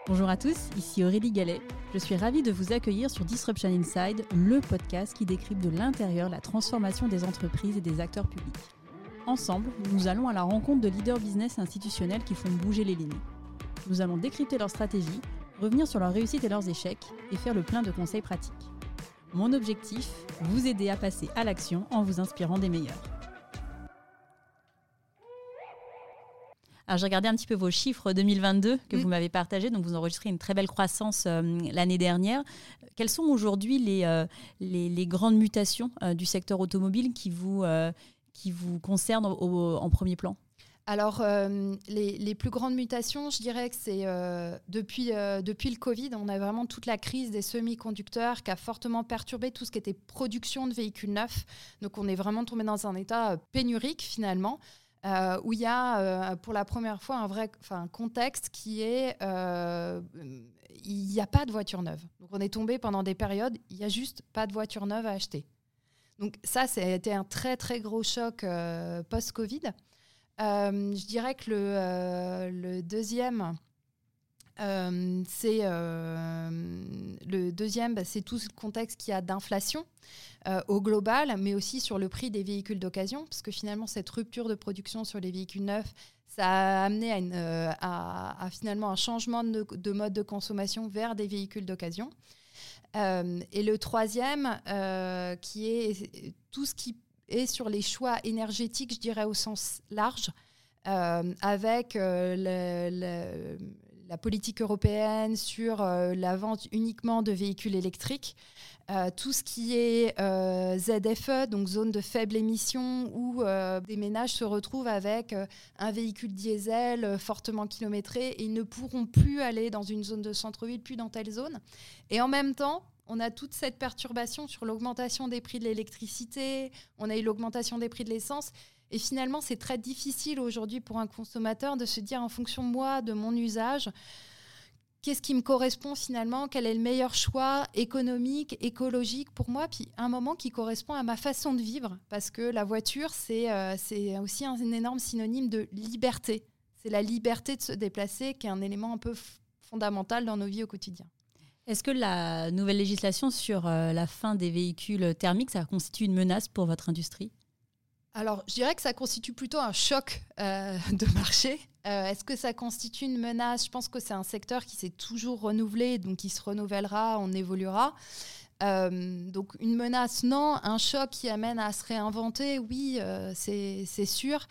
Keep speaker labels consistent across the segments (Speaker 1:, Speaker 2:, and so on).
Speaker 1: Bonjour à tous, ici Aurélie Gallet. Je suis ravie de vous accueillir sur Disruption Inside, le podcast qui décrypte de l'intérieur la transformation des entreprises et des acteurs publics. Ensemble, nous allons à la rencontre de leaders business et institutionnels qui font bouger les lignes. Nous allons décrypter leurs stratégies, revenir sur leurs réussites et leurs échecs et faire le plein de conseils pratiques. Mon objectif, vous aider à passer à l'action en vous inspirant des meilleurs. Alors, j'ai regardé un petit peu vos chiffres 2022 que vous m'avez partagés. Donc, vous enregistrez une très belle croissance l'année dernière. Quelles sont aujourd'hui les grandes mutations du secteur automobile qui vous concernent en premier plan ?
Speaker 2: Alors, les plus grandes mutations, je dirais que c'est depuis le Covid, on a vraiment toute la crise des semi-conducteurs qui a fortement perturbé tout ce qui était production de véhicules neufs. Donc, on est vraiment tombé dans un état pénurique finalement. Où il y a pour la première fois un contexte qui est il n'y a pas de voiture neuve. Donc on est tombé pendant des périodes, il n'y a juste pas de voiture neuve à acheter. Donc ça, c'était un très très gros choc post-Covid. Je dirais que le deuxième, c'est tout ce contexte qu'il y a d'inflation au global, mais aussi sur le prix des véhicules d'occasion, parce que finalement, cette rupture de production sur les véhicules neufs, ça a amené à finalement un changement de mode de consommation vers des véhicules d'occasion. Et le troisième, qui est tout ce qui est sur les choix énergétiques, je dirais au sens large, avec la politique européenne sur la vente uniquement de véhicules électriques, tout ce qui est ZFE, donc zone de faible émission, où des ménages se retrouvent avec un véhicule diesel fortement kilométré et ils ne pourront plus aller dans une zone de centre-ville, plus dans telle zone. Et en même temps, on a toute cette perturbation sur l'augmentation des prix de l'électricité, on a eu l'augmentation des prix de l'essence. Et finalement, c'est très difficile aujourd'hui pour un consommateur de se dire en fonction de moi, de mon usage, qu'est-ce qui me correspond finalement, quel est le meilleur choix économique, écologique pour moi, puis un moment qui correspond à ma façon de vivre. Parce que la voiture, c'est aussi un énorme synonyme de liberté. C'est la liberté de se déplacer qui est un élément un peu fondamental dans nos vies au quotidien.
Speaker 1: Est-ce que la nouvelle législation sur la fin des véhicules thermiques, ça constitue une menace pour votre industrie ?
Speaker 2: Alors, je dirais que ça constitue plutôt un choc de marché. Est-ce que ça constitue une menace ? Je pense que c'est un secteur qui s'est toujours renouvelé, donc qui se renouvellera, on évoluera. Donc, une menace, non. Un choc qui amène à se réinventer, oui, c'est sûr.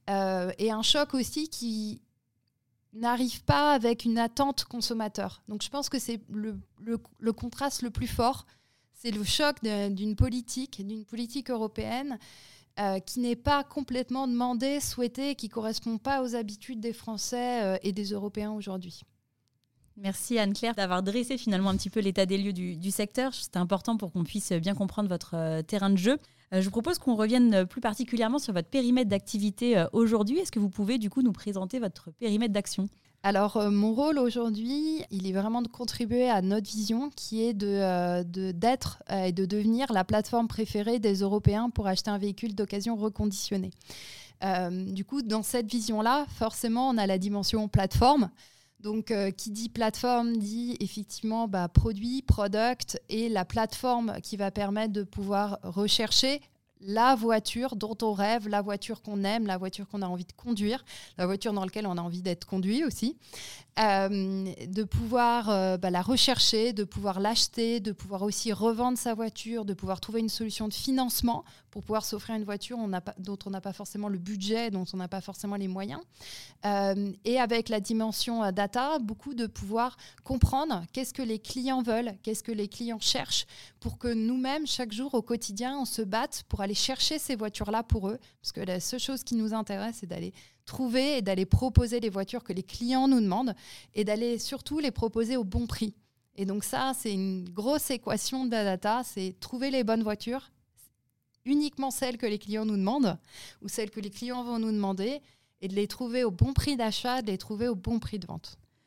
Speaker 2: Et un choc aussi qui n'arrive pas avec une attente consommateur. Donc, je pense que c'est le contraste le plus fort. C'est le choc d'une politique européenne qui n'est pas complètement demandé, souhaité, qui ne correspond pas aux habitudes des Français et des Européens aujourd'hui.
Speaker 1: Merci Anne-Claire d'avoir dressé finalement un petit peu l'état des lieux du secteur. C'était important pour qu'on puisse bien comprendre votre terrain de jeu. Je vous propose qu'on revienne plus particulièrement sur votre périmètre d'activité aujourd'hui. Est-ce que vous pouvez du coup nous présenter votre périmètre d'action ?
Speaker 2: Alors, mon rôle aujourd'hui, il est vraiment de contribuer à notre vision qui est d'être et de devenir la plateforme préférée des Européens pour acheter un véhicule d'occasion reconditionné. Du coup, dans cette vision-là, forcément, on a la dimension plateforme. Donc, qui dit plateforme dit effectivement produit, product et la plateforme qui va permettre de pouvoir rechercher la voiture dont on rêve, la voiture qu'on aime, la voiture qu'on a envie de conduire, la voiture dans laquelle on a envie d'être conduit aussi, de pouvoir la rechercher, de pouvoir l'acheter, de pouvoir aussi revendre sa voiture, de pouvoir trouver une solution de financement pour pouvoir s'offrir une voiture dont on n'a pas forcément le budget, dont on n'a pas forcément les moyens. Et avec la dimension data, beaucoup de pouvoir comprendre qu'est-ce que les clients veulent, qu'est-ce que les clients cherchent, pour que nous-mêmes, chaque jour au quotidien, on se batte pour aller chercher ces voitures-là pour eux. Parce que la seule chose qui nous intéresse, c'est d'aller trouver et d'aller proposer les voitures que les clients nous demandent et d'aller surtout les proposer au bon prix. Et donc ça, c'est une grosse équation de la data, c'est trouver les bonnes voitures, uniquement celles que les clients nous demandent ou celles que les clients vont nous demander et de les trouver au bon prix d'achat, de les trouver au bon prix de vente.